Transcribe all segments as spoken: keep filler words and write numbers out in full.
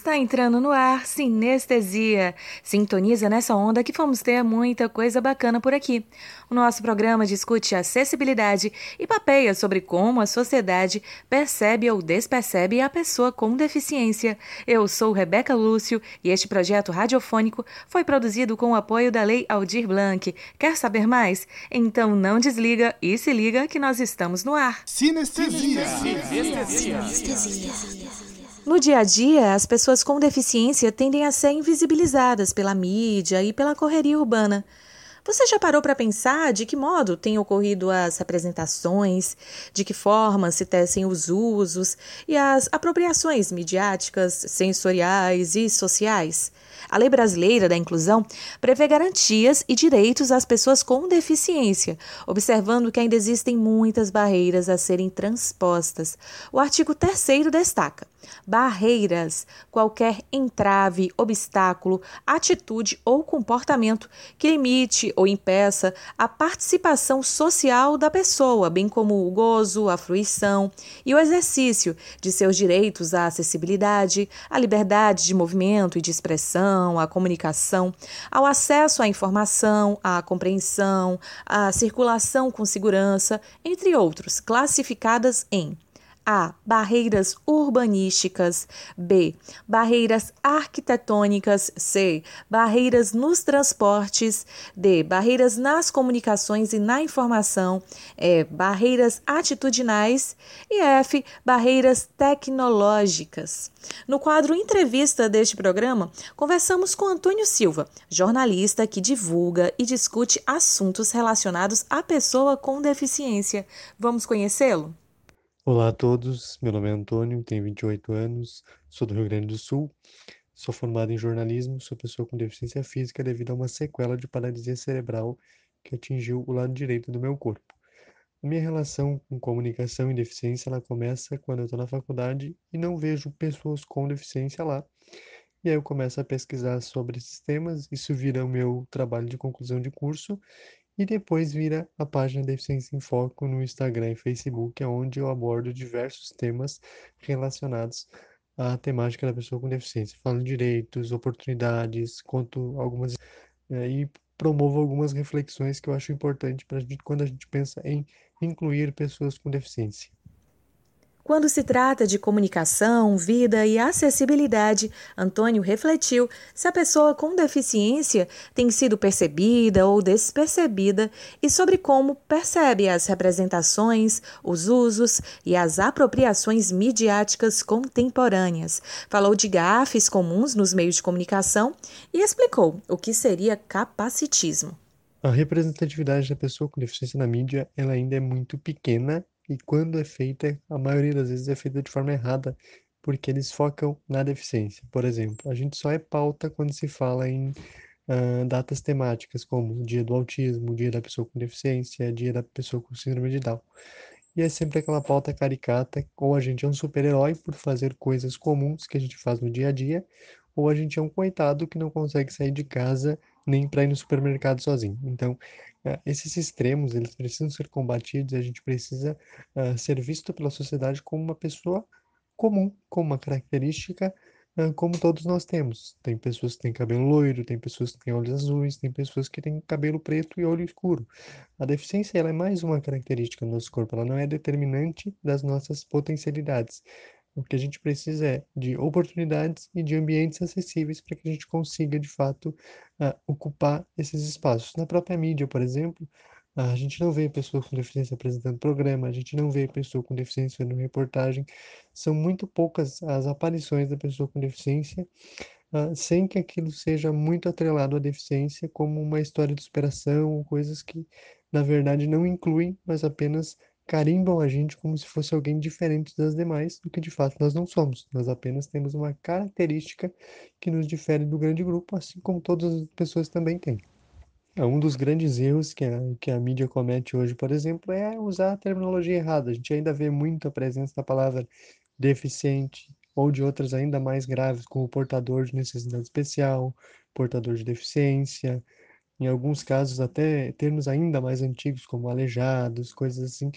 Está entrando no ar Sinestesia. Sintoniza nessa onda que vamos ter muita coisa bacana por aqui. O nosso programa discute acessibilidade e papeia sobre como a sociedade percebe ou despercebe a pessoa com deficiência. Eu sou Rebeca Lúcio e este projeto radiofônico foi produzido com o apoio da Lei Aldir Blanc. Quer saber mais? Então não desliga e se liga que nós estamos no ar. Sinestesia. Sinestesia. Sinestesia. No dia a dia, as pessoas com deficiência tendem a ser invisibilizadas pela mídia e pela correria urbana. Você já parou para pensar de que modo têm ocorrido as representações, de que forma se tecem os usos e as apropriações midiáticas, sensoriais e sociais? A Lei Brasileira da Inclusão prevê garantias e direitos às pessoas com deficiência, observando que ainda existem muitas barreiras a serem transpostas. O artigo terceiro destaca: barreiras, qualquer entrave, obstáculo, atitude ou comportamento que limite ou impeça a participação social da pessoa, bem como o gozo, a fruição e o exercício de seus direitos à acessibilidade, à liberdade de movimento e de expressão, à comunicação, ao acesso à informação, à compreensão, à circulação com segurança, entre outros, classificadas em A. Barreiras urbanísticas. B. Barreiras arquitetônicas. C. Barreiras nos transportes. D. Barreiras nas comunicações e na informação. E. Barreiras atitudinais. E F. Barreiras tecnológicas. No quadro Entrevista deste programa, conversamos com Antônio Silva, jornalista que divulga e discute assuntos relacionados à pessoa com deficiência. Vamos conhecê-lo? Olá a todos, meu nome é Antônio, tenho vinte e oito anos, sou do Rio Grande do Sul, sou formado em jornalismo, sou pessoa com deficiência física devido a uma sequela de paralisia cerebral que atingiu o lado direito do meu corpo. A minha relação com comunicação e deficiência, ela começa quando eu estou na faculdade e não vejo pessoas com deficiência lá. E aí eu começo a pesquisar sobre esses temas, isso vira o meu trabalho de conclusão de curso, e depois vira a página Deficiência em Foco no Instagram e Facebook, onde eu abordo diversos temas relacionados à temática da pessoa com deficiência. Falo direitos, oportunidades, conto algumas eh, e promovo algumas reflexões que eu acho importante para a gente quando a gente pensa em incluir pessoas com deficiência. Quando se trata de comunicação, vida e acessibilidade, Antônio refletiu se a pessoa com deficiência tem sido percebida ou despercebida e sobre como percebe as representações, os usos e as apropriações midiáticas contemporâneas. Falou de gafes comuns nos meios de comunicação e explicou o que seria capacitismo. A representatividade da pessoa com deficiência na mídia, ela ainda é muito pequena e quando é feita, a maioria das vezes é feita de forma errada, porque eles focam na deficiência. Por exemplo, a gente só é pauta quando se fala em uh, datas temáticas, como o dia do autismo, o dia da pessoa com deficiência, o dia da pessoa com síndrome de Down. E é sempre aquela pauta caricata, ou a gente é um super-herói por fazer coisas comuns que a gente faz no dia a dia, ou a gente é um coitado que não consegue sair de casa nem para ir no supermercado sozinho. Então, uh, esses extremos, eles precisam ser combatidos, e a gente precisa uh, ser visto pela sociedade como uma pessoa comum, com uma característica uh, como todos nós temos. Tem pessoas que têm cabelo loiro, tem pessoas que têm olhos azuis, tem pessoas que têm cabelo preto e olho escuro. A deficiência, ela é mais uma característica do nosso corpo, ela não é determinante das nossas potencialidades. O que a gente precisa é de oportunidades e de ambientes acessíveis para que a gente consiga, de fato, uh, ocupar esses espaços. Na própria mídia, por exemplo, a gente não vê pessoa com deficiência apresentando programa, a gente não vê pessoa com deficiência fazendo reportagem. São muito poucas as aparições da pessoa com deficiência, uh, sem que aquilo seja muito atrelado à deficiência, como uma história de superação, coisas que, na verdade, não incluem, mas apenas carimbam a gente como se fosse alguém diferente das demais, do que de fato nós não somos. Nós apenas temos uma característica que nos difere do grande grupo, assim como todas as pessoas também têm. É um dos grandes erros que a, que a mídia comete hoje, por exemplo, é usar a terminologia errada. A gente ainda vê muito a presença da palavra deficiente ou de outras ainda mais graves, como portador de necessidade especial, portador de deficiência, em alguns casos até termos ainda mais antigos, como aleijados, coisas assim,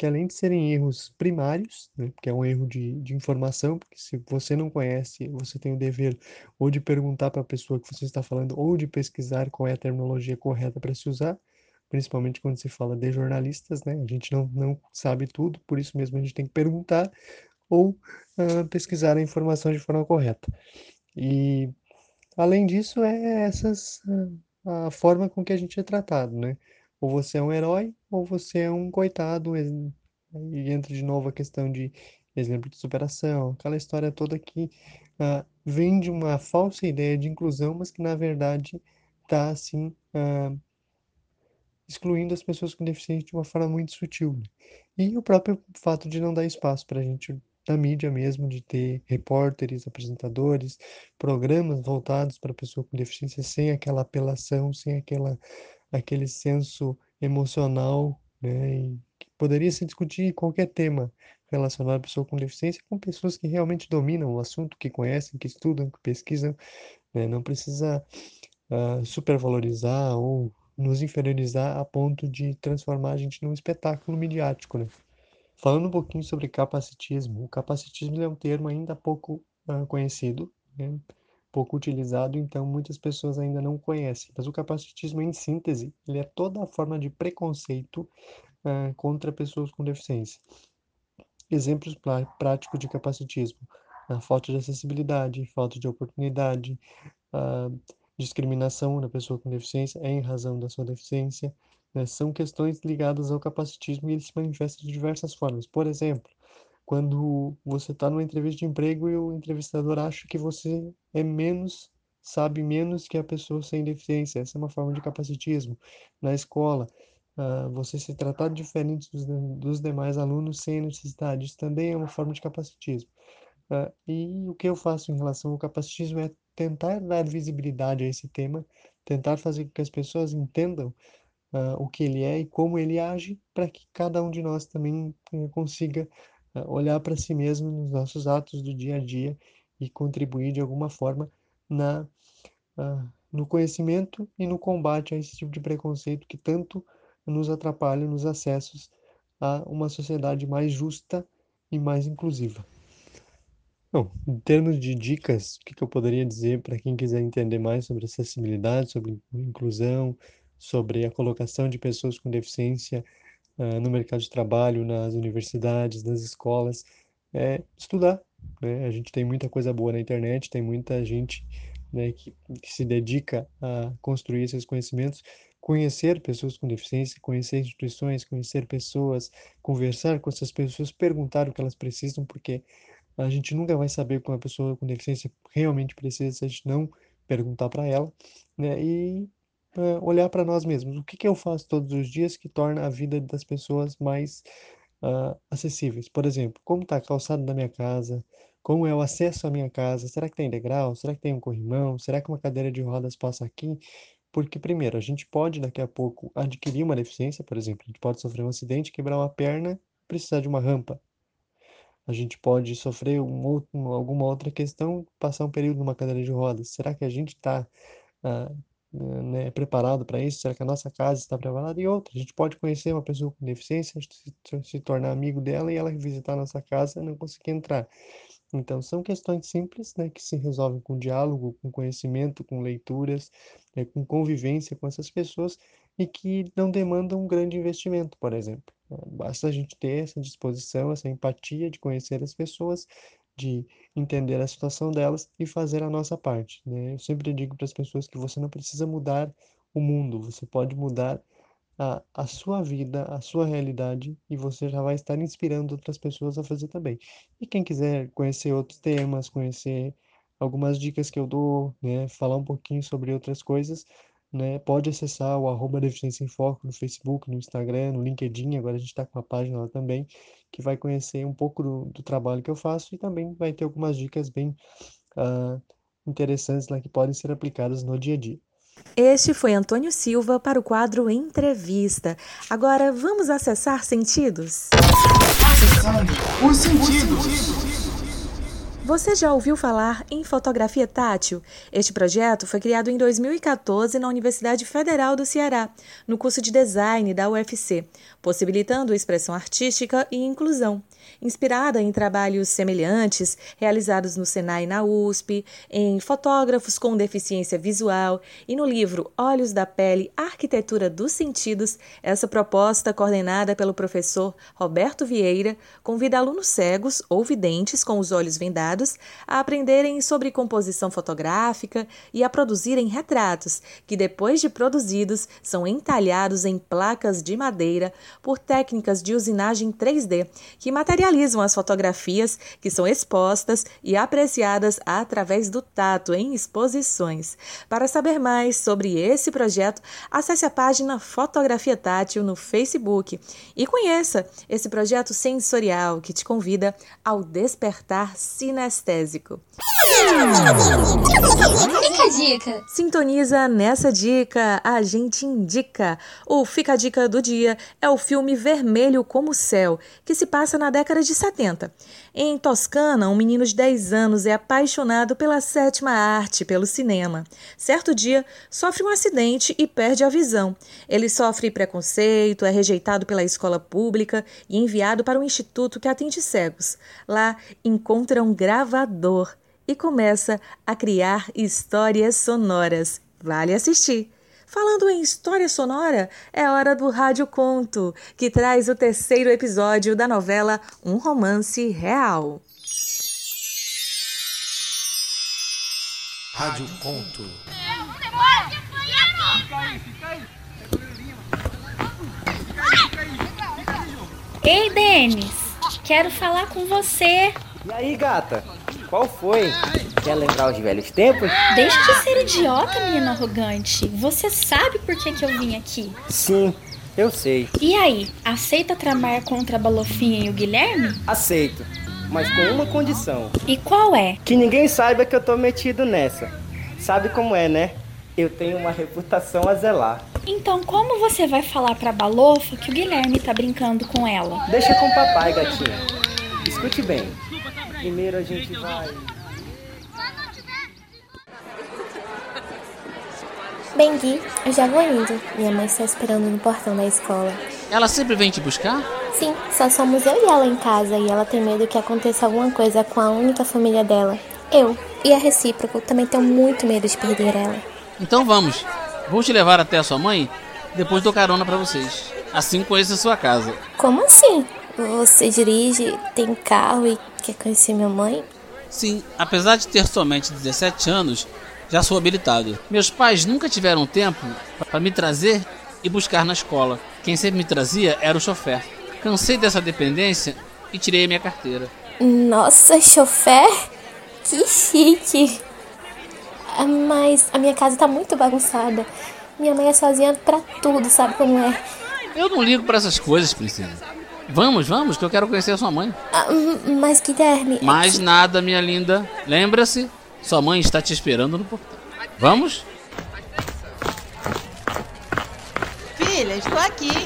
que além de serem erros primários, né, porque é um erro de, de informação, porque se você não conhece, você tem o dever ou de perguntar para a pessoa que você está falando, ou de pesquisar qual é a terminologia correta para se usar, principalmente quando se fala de jornalistas, né? A gente não, não sabe tudo, por isso mesmo a gente tem que perguntar ou uh, pesquisar a informação de forma correta. E, além disso, é essas uh, a forma com que a gente é tratado, né? Ou você é um herói, ou você é um coitado. E entra de novo a questão de exemplo de superação, aquela história toda que uh, vem de uma falsa ideia de inclusão, mas que na verdade está assim uh, excluindo as pessoas com deficiência de uma forma muito sutil, né? E o próprio fato de não dar espaço para a gente da mídia mesmo, de ter repórteres, apresentadores, programas voltados para a pessoa com deficiência sem aquela apelação, sem aquela, aquele senso emocional, né? E que poderia se discutir qualquer tema relacionado à pessoa com deficiência com pessoas que realmente dominam o assunto, que conhecem, que estudam, que pesquisam, né? Não precisa uh, supervalorizar ou nos inferiorizar a ponto de transformar a gente num espetáculo midiático, né? Falando um pouquinho sobre capacitismo, o capacitismo é um termo ainda pouco uh, conhecido, né? Pouco utilizado, então muitas pessoas ainda não conhecem. Mas o capacitismo, em síntese, ele é toda a forma de preconceito uh, contra pessoas com deficiência. Exemplos práticos de capacitismo: a falta de acessibilidade, falta de oportunidade, a discriminação da pessoa com deficiência em razão da sua deficiência, né? São questões ligadas ao capacitismo e ele se manifesta de diversas formas. Por exemplo, quando você está numa entrevista de emprego e o entrevistador acha que você é menos, sabe menos que a pessoa sem deficiência. Essa é uma forma de capacitismo. Na escola, uh, você se tratar diferente dos, dos demais alunos sem necessidade. Isso também é uma forma de capacitismo. Uh, e o que eu faço em relação ao capacitismo é tentar dar visibilidade a esse tema, tentar fazer com que as pessoas entendam uh, o que ele é e como ele age, para que cada um de nós também uh, consiga uh, olhar para si mesmo nos nossos atos do dia a dia e contribuir de alguma forma na, uh, no conhecimento e no combate a esse tipo de preconceito que tanto nos atrapalha nos acessos a uma sociedade mais justa e mais inclusiva. Bom, em termos de dicas, o que que eu poderia dizer para quem quiser entender mais sobre acessibilidade, sobre inclusão, sobre a colocação de pessoas com deficiência uh, no mercado de trabalho, nas universidades, nas escolas, é estudar, né? A gente tem muita coisa boa na internet, tem muita gente, né, que, que se dedica a construir esses conhecimentos, conhecer pessoas com deficiência, conhecer instituições, conhecer pessoas, conversar com essas pessoas, perguntar o que elas precisam, porque a gente nunca vai saber o que uma pessoa com deficiência realmente precisa se a gente não perguntar para ela, né? E uh, olhar para nós mesmos. O que que eu faço todos os dias que torna a vida das pessoas mais uh, acessíveis? Por exemplo, como está a calçada da minha casa? Como é o acesso à minha casa? Será que tem degrau? Será que tem um corrimão? Será que uma cadeira de rodas passa aqui? Porque, primeiro, a gente pode daqui a pouco adquirir uma deficiência, por exemplo, a gente pode sofrer um acidente, quebrar uma perna, precisar de uma rampa. A gente pode sofrer um outro, alguma outra questão, passar um período numa cadeira de rodas. Será que a gente está ah, né, preparado para isso? Será que a nossa casa está preparada? E outra, a gente pode conhecer uma pessoa com deficiência, se, se tornar amigo dela e ela visitar a nossa casa e não conseguir entrar. Então, são questões simples, né, que se resolvem com diálogo, com conhecimento, com leituras, né, com convivência com essas pessoas e que não demandam um grande investimento, por exemplo. Basta a gente ter essa disposição, essa empatia de conhecer as pessoas, de entender a situação delas e fazer a nossa parte, né? Eu sempre digo para as pessoas que você não precisa mudar o mundo, você pode mudar a, a sua vida, a sua realidade, e você já vai estar inspirando outras pessoas a fazer também. E quem quiser conhecer outros temas, conhecer algumas dicas que eu dou, né, falar um pouquinho sobre outras coisas, né, pode acessar o arroba Deficiência em Foco no Facebook, no Instagram, no LinkedIn. Agora a gente está com uma página lá também, que vai conhecer um pouco do, do trabalho que eu faço e também vai ter algumas dicas bem uh, interessantes lá que podem ser aplicadas no dia a dia. Este foi Antônio Silva para o quadro Entrevista. Agora vamos acessar sentidos? Acessando os sentidos. Você já ouviu falar em fotografia tátil? Este projeto foi criado em dois mil e quatorze na Universidade Federal do Ceará, no curso de Design da U F C, possibilitando expressão artística e inclusão. Inspirada em trabalhos semelhantes realizados no Senai e na U S P, em fotógrafos com deficiência visual e no livro Olhos da Pele, Arquitetura dos Sentidos, essa proposta, coordenada pelo professor Roberto Vieira, convida alunos cegos ou videntes com os olhos vendados a aprenderem sobre composição fotográfica e a produzirem retratos que, depois de produzidos, são entalhados em placas de madeira por técnicas de usinagem três D, que materializam as fotografias que são expostas e apreciadas através do tato em exposições. Para saber mais sobre esse projeto, acesse a página Fotografia Tátil no Facebook e conheça esse projeto sensorial que te convida ao despertar sinestésico. Fica a dica! Sintoniza nessa dica, a gente indica. O Fica a Dica do dia é o filme Vermelho como o Céu, que se passa na década de setenta. Em Toscana, um menino de dez anos é apaixonado pela sétima arte, pelo cinema. Certo dia, sofre um acidente e perde a visão. Ele sofre preconceito, é rejeitado pela escola pública e enviado para um instituto que atende cegos. Lá, encontra um gravador e começa a criar histórias sonoras. Vale assistir! Falando em história sonora, é hora do Rádio Conto, que traz o terceiro episódio da novela Um Romance Real. Rádio Conto. Ei, Denis, quero falar com você. E aí, gata? Qual foi? Quer lembrar os velhos tempos? Deixa de ser idiota, menino arrogante. Você sabe por que, que eu vim aqui? Sim, eu sei. E aí, aceita tramar contra a Balofinha e o Guilherme? Aceito, mas com uma condição. E qual é? Que ninguém saiba que eu tô metido nessa. Sabe como é, né? Eu tenho uma reputação a zelar. Então como você vai falar pra Balofa que o Guilherme tá brincando com ela? Deixa com o papai, gatinha. Escute bem. Primeiro a gente vai... Bem, Gui, eu já vou indo. Minha mãe está esperando no portão da escola. Ela sempre vem te buscar? Sim, só somos eu e ela em casa e ela tem medo que aconteça alguma coisa com a única família dela. Eu. E a recíproca, eu também tenho muito medo de perder ela. Então vamos. Vou te levar até a sua mãe, depois dou carona pra vocês. Assim conheço a sua casa. Como assim? Você dirige, tem carro e quer conhecer minha mãe? Sim, apesar de ter somente dezessete anos, já sou habilitado. Meus pais nunca tiveram tempo para me trazer e buscar na escola. Quem sempre me trazia era o chofer. Cansei dessa dependência e tirei a minha carteira. Nossa, chofer? Que chique! Ah, mas a minha casa tá muito bagunçada. Minha mãe é sozinha pra tudo, sabe como é? Eu não ligo pra essas coisas, princesa. Vamos, vamos, que eu quero conhecer a sua mãe. Ah, mas Guilherme... Mais é que... nada, minha linda. Lembra-se, sua mãe está te esperando no portão. Vamos? Filha, estou aqui.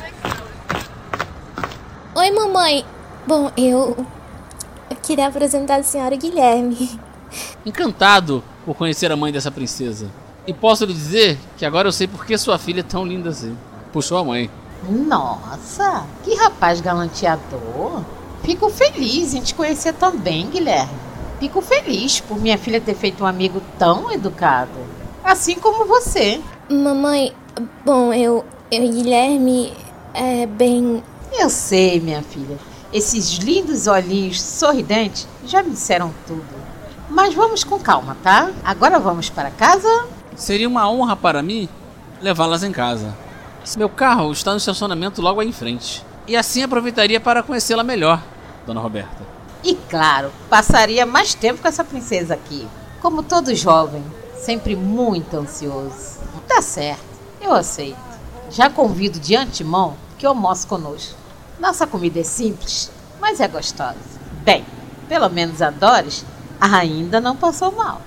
Oi, mamãe. Bom, eu... Eu queria apresentar a senhora Guilherme. Encantado por conhecer a mãe dessa princesa. E posso lhe dizer que agora eu sei por que sua filha é tão linda assim. Puxou a mãe. Nossa, que rapaz galanteador. Fico feliz em te conhecer também, Guilherme. Fico feliz por minha filha ter feito um amigo tão educado. Assim como você. Mamãe, bom, eu... Eu e Guilherme... É bem... Eu sei, minha filha. Esses lindos olhinhos sorridentes já me disseram tudo. Mas vamos com calma, tá? Agora vamos para casa? Seria uma honra para mim levá-las em casa. Meu carro está no estacionamento logo aí em frente. E assim aproveitaria para conhecê-la melhor, dona Roberta. E claro, passaria mais tempo com essa princesa aqui. Como todo jovem, sempre muito ansioso. Tá certo, eu aceito. Já convido de antemão que almoce conosco. Nossa comida é simples, mas é gostosa. Bem, pelo menos a Doris ainda não passou mal.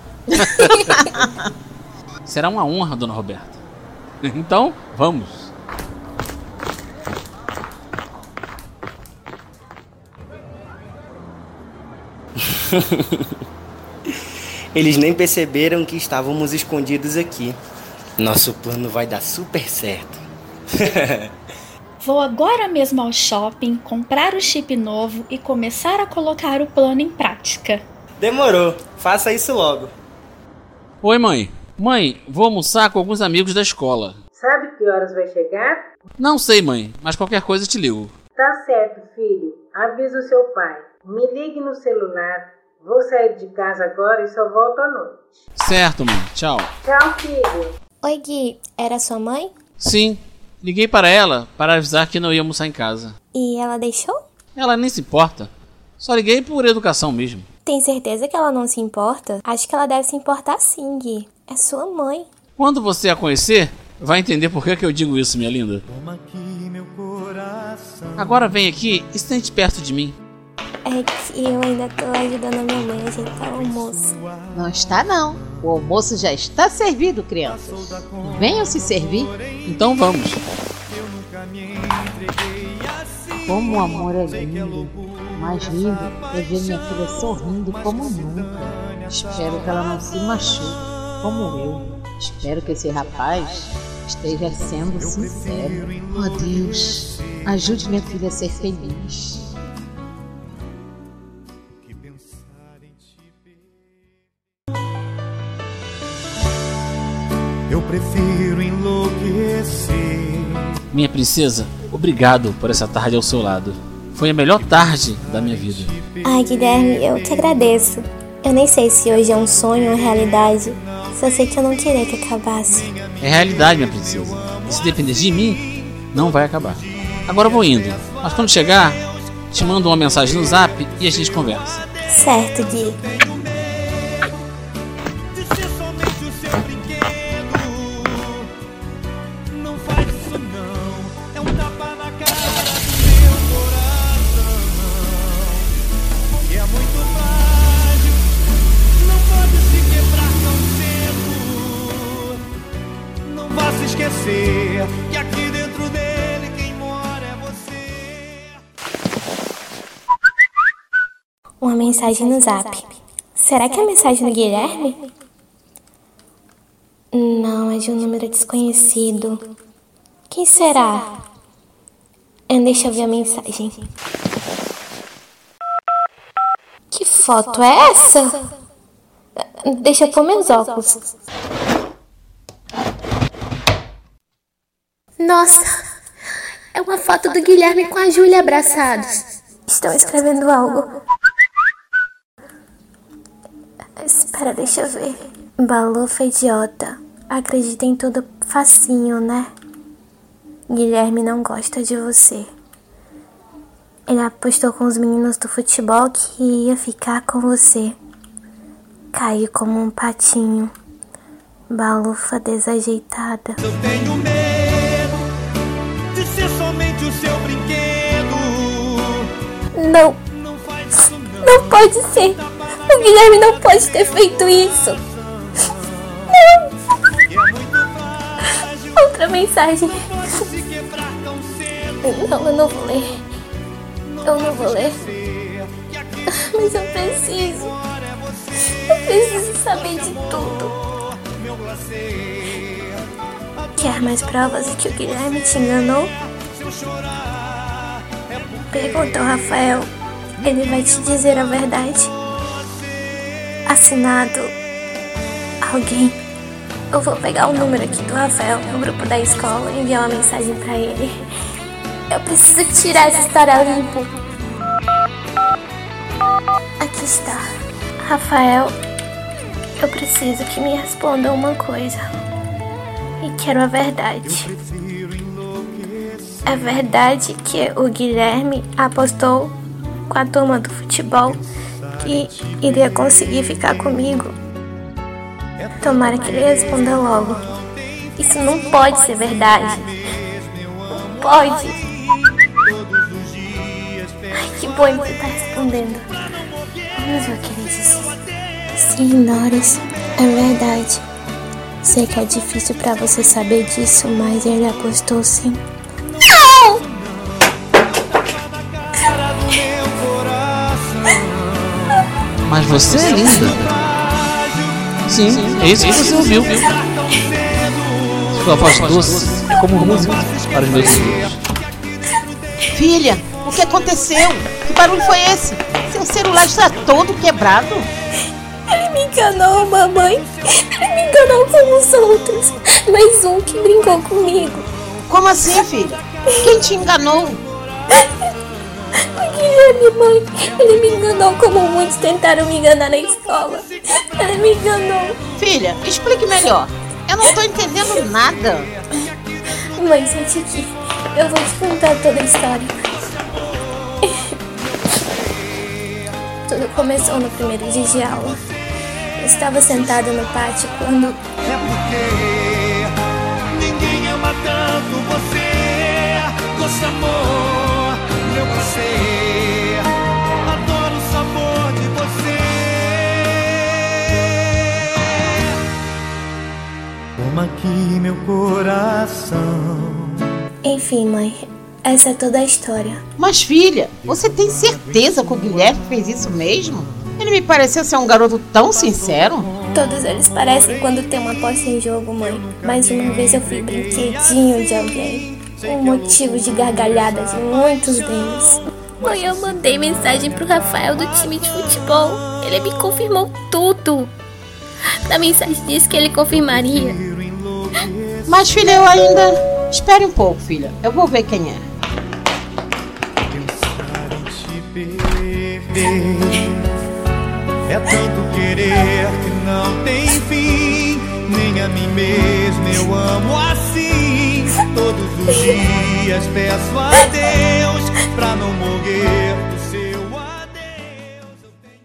Será uma honra, dona Roberta. Então, vamos. Eles nem perceberam que estávamos escondidos aqui. Nosso plano vai dar super certo. Vou agora mesmo ao shopping, comprar o chip novo e começar a colocar o plano em prática. Demorou, faça isso logo. Oi, mãe. Mãe, vou almoçar com alguns amigos da escola. Sabe que horas vai chegar? Não sei, mãe, mas qualquer coisa eu te ligo. Tá certo, filho. Avisa o seu pai. Me ligue no celular. Vou sair de casa agora e só volto à noite. Certo, mãe. Tchau. Tchau, filho. Oi, Gui. Era sua mãe? Sim. Liguei para ela para avisar que não ia almoçar em casa. E ela deixou? Ela nem se importa. Só liguei por educação mesmo. Tem certeza que ela não se importa? Acho que ela deve se importar sim, Gui. É sua mãe. Quando você a conhecer, vai entender por que, que eu digo isso, minha linda. Agora vem aqui e sente perto de mim. É que eu ainda tô ajudando a minha mãe a ajeitar o almoço. Não está não. O almoço já está servido, crianças. Venham se servir. Então vamos. Como o amor é lindo. Mais lindo é ver minha filha sorrindo como nunca. Espero que ela não se machuque, como eu. Espero que esse rapaz esteja sendo sincero. Oh Deus, ajude minha filha a ser feliz. Eu prefiro enlouquecer. Minha princesa, obrigado por essa tarde ao seu lado. Foi a melhor tarde da minha vida. Ai, Guilherme, eu que agradeço. Eu nem sei se hoje é um sonho ou realidade. Só sei que eu não queria que acabasse. É realidade, minha princesa. E se depender de mim, não vai acabar. Agora eu vou indo. Mas quando chegar, te mando uma mensagem no zap e a gente conversa. Certo, Gui. Esquecer que aqui dentro dele quem mora é você. Uma mensagem no zap. Será que é a mensagem do Guilherme? Não, é de um número desconhecido. Quem será? Deixa eu ver a mensagem. Que foto é essa? Deixa eu pôr meus óculos. Nossa, é uma foto do Guilherme com a Júlia abraçados. Estão escrevendo algo. Espera, deixa eu ver. Balufa idiota. Acredita em tudo facinho, né? Guilherme não gosta de você. Ele apostou com os meninos do futebol que ia ficar com você. Caiu como um patinho. Balufa desajeitada. Eu tenho medo de ser somente o seu brinquedo. Não. Não pode ser. O Guilherme não pode ter feito isso. Não. Outra mensagem. Não, eu não vou ler. Eu não vou ler. Mas eu preciso. Eu preciso saber de tudo. Quer mais provas de que o Guilherme te enganou? Pergunta ao Rafael. Ele vai te dizer a verdade. Assinado alguém. Eu vou pegar o número aqui do Rafael no grupo da escola e enviar uma mensagem pra ele. Eu preciso tirar essa história limpo. Aqui está. Rafael, eu preciso que me responda uma coisa. E quero a verdade. É verdade que o Guilherme apostou com a turma do futebol que iria conseguir ficar comigo? Tomara que ele responda logo. Isso não pode ser verdade. Não pode. Ai, que bom que você tá respondendo. Vamos ver o que ele disse. Sim, Norris, é verdade. Sei que é difícil pra você saber disso, mas ele apostou sim. Não! Mas você é linda. Sim, é isso que você ouviu. Sua voz doce é como música para os meus ouvidos. Filha, o que aconteceu? Que barulho foi esse? Seu celular está todo quebrado. Ele me enganou, mamãe. Ele me enganou como os outros. Mais um que brincou comigo. Como assim, filha? Quem te enganou? O Guilherme, mãe. Ele me enganou como muitos tentaram me enganar na escola. Ele me enganou. Filha, explique melhor. Eu não tô entendendo nada. Mãe, sente aqui. Eu vou te contar toda a história. Tudo começou no primeiro dia de aula. Eu estava sentada no pátio quando... É porque ninguém ama tanto você. Nosso amor, meu prazer. Adoro o sabor de você. Toma aqui meu coração. Enfim, mãe, essa é toda a história. Mas filha, você tem certeza que o Guilherme fez isso mesmo? Ele me pareceu ser um garoto tão sincero. Todos eles parecem quando tem uma aposta em jogo, mãe. Mais uma vez eu fui brinquedinho de alguém. Um motivo de gargalhada de muitos deles. Mãe, eu mandei mensagem pro Rafael do time de futebol. Ele me confirmou tudo. Na mensagem disse que ele confirmaria. Mas filha, eu ainda... Espere um pouco, filha. Eu vou ver quem é. Pensar em te perder é tanto querer que não tem fim. Nem a mim mesmo eu amo assim. Todos os dias peço a Deus pra não morrer do seu adeus.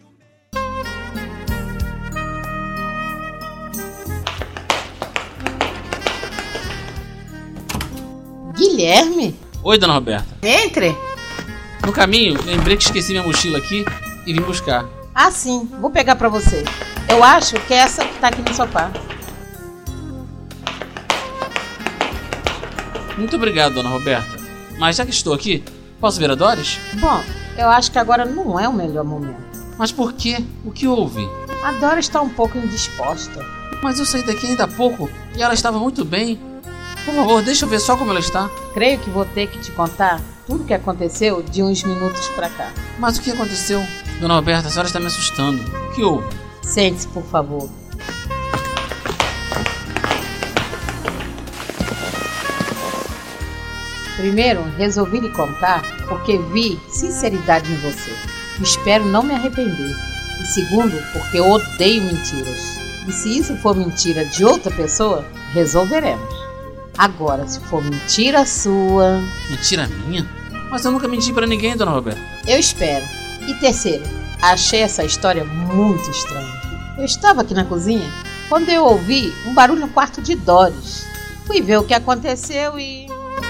Eu tenho... Guilherme? Oi, dona Roberta. Entre. No caminho, lembrei que esqueci minha mochila aqui e vim buscar. Ah, sim. Vou pegar pra você. Eu acho que é essa que tá aqui no sofá. Muito obrigado, dona Roberta. Mas já que estou aqui, posso ver a Doris? Bom, eu acho que agora não é o melhor momento. Mas por quê? O que houve? A Doris está um pouco indisposta. Mas eu saí daqui ainda há pouco e ela estava muito bem. Por favor, deixa eu ver só como ela está. Creio que vou ter que te contar tudo o que aconteceu de uns minutos pra cá. Mas o que aconteceu? Dona Roberta, a senhora está me assustando. O que houve? Sente-se, por favor. Primeiro, resolvi lhe contar porque vi sinceridade em você. Espero não me arrepender. E segundo, porque eu odeio mentiras. E se isso for mentira de outra pessoa, resolveremos. Agora, se for mentira sua... Mentira minha? Mas eu nunca menti pra ninguém, dona Roberta. Eu espero. E terceiro, achei essa história muito estranha. Eu estava aqui na cozinha quando eu ouvi um barulho no quarto de Doris. Fui ver o que aconteceu e...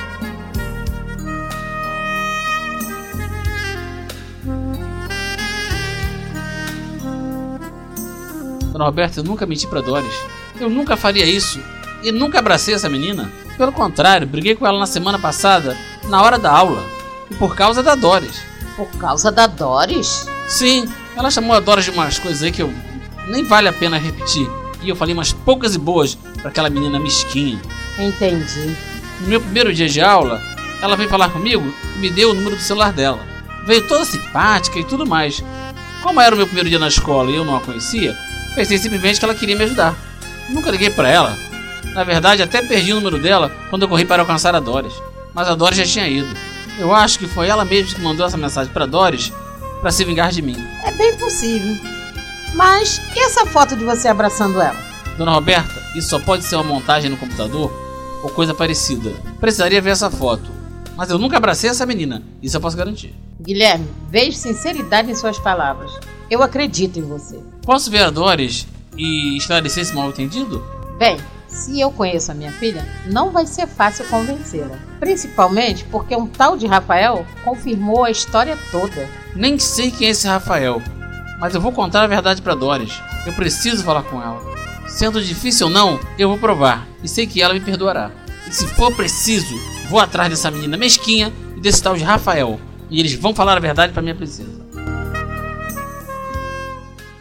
Dona Roberta, eu nunca menti pra Doris. Eu nunca faria isso. E nunca abracei essa menina. Pelo contrário, briguei com ela na semana passada, na hora da aula. E por causa da Doris. Por causa da Doris? Sim, ela chamou a Doris de umas coisas aí que eu nem vale a pena repetir. E eu falei umas poucas e boas pra aquela menina mesquinha. Entendi. No meu primeiro dia de aula, ela veio falar comigo e me deu o número do celular dela. Veio toda simpática e tudo mais. Como era o meu primeiro dia na escola e eu não a conhecia, pensei simplesmente que ela queria me ajudar. Nunca liguei pra ela. Na verdade, até perdi o número dela quando eu corri para alcançar a Doris. Mas a Doris já tinha ido. Eu acho que foi ela mesma que mandou essa mensagem pra Doris pra se vingar de mim. É bem possível. Mas e essa foto de você abraçando ela? Dona Roberta, isso só pode ser uma montagem no computador ou coisa parecida. Precisaria ver essa foto. Mas eu nunca abracei essa menina. Isso eu posso garantir. Guilherme, vejo sinceridade em suas palavras. Eu acredito em você. Posso ver a Doris e esclarecer esse mal-entendido? Bem, se eu conheço a minha filha, não vai ser fácil convencê-la. Principalmente porque um tal de Rafael confirmou a história toda. Nem sei quem é esse Rafael, mas eu vou contar a verdade pra Doris. Eu preciso falar com ela. Sendo difícil ou não, eu vou provar. E sei que ela me perdoará. E se for preciso, vou atrás dessa menina mesquinha e desse tal de Rafael. E eles vão falar a verdade pra minha princesa.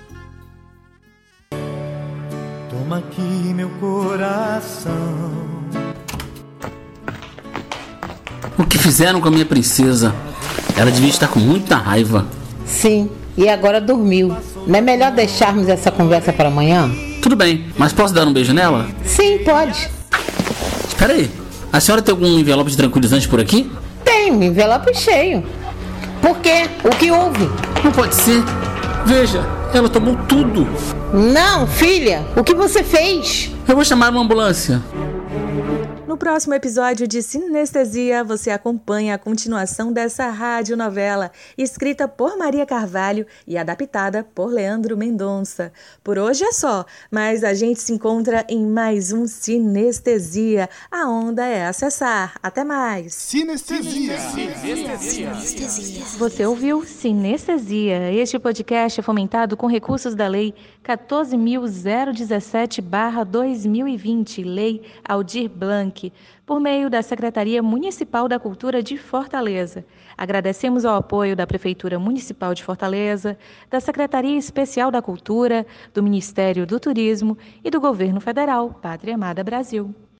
toma aqui meu coração. O que fizeram com a minha princesa? Ela devia estar com muita raiva. Sim, e agora dormiu. Não é melhor deixarmos essa conversa para amanhã? Tudo bem, mas posso dar um beijo nela? Sim, pode. Espera aí, a senhora tem algum envelope de tranquilizante por aqui? Tenho, um envelope cheio. Por quê? O que houve? Não pode ser. Veja, ela tomou tudo. Não, filha, o que você fez? Eu vou chamar uma ambulância. No próximo episódio de Sinestesia, você acompanha a continuação dessa radionovela, escrita por Maria Carvalho e adaptada por Leandro Mendonça. Por hoje é só, mas a gente se encontra em mais um Sinestesia. A onda é acessar. Até mais! Sinestesia. Sinestesia. Sinestesia. Você ouviu Sinestesia. Este podcast é fomentado com recursos da Lei quatorze mil dezessete barra dois mil e vinte, Lei Aldir Blanc, por meio da Secretaria Municipal da Cultura de Fortaleza. Agradecemos ao apoio da Prefeitura Municipal de Fortaleza, da Secretaria Especial da Cultura, do Ministério do Turismo e do Governo Federal, Pátria Amada Brasil.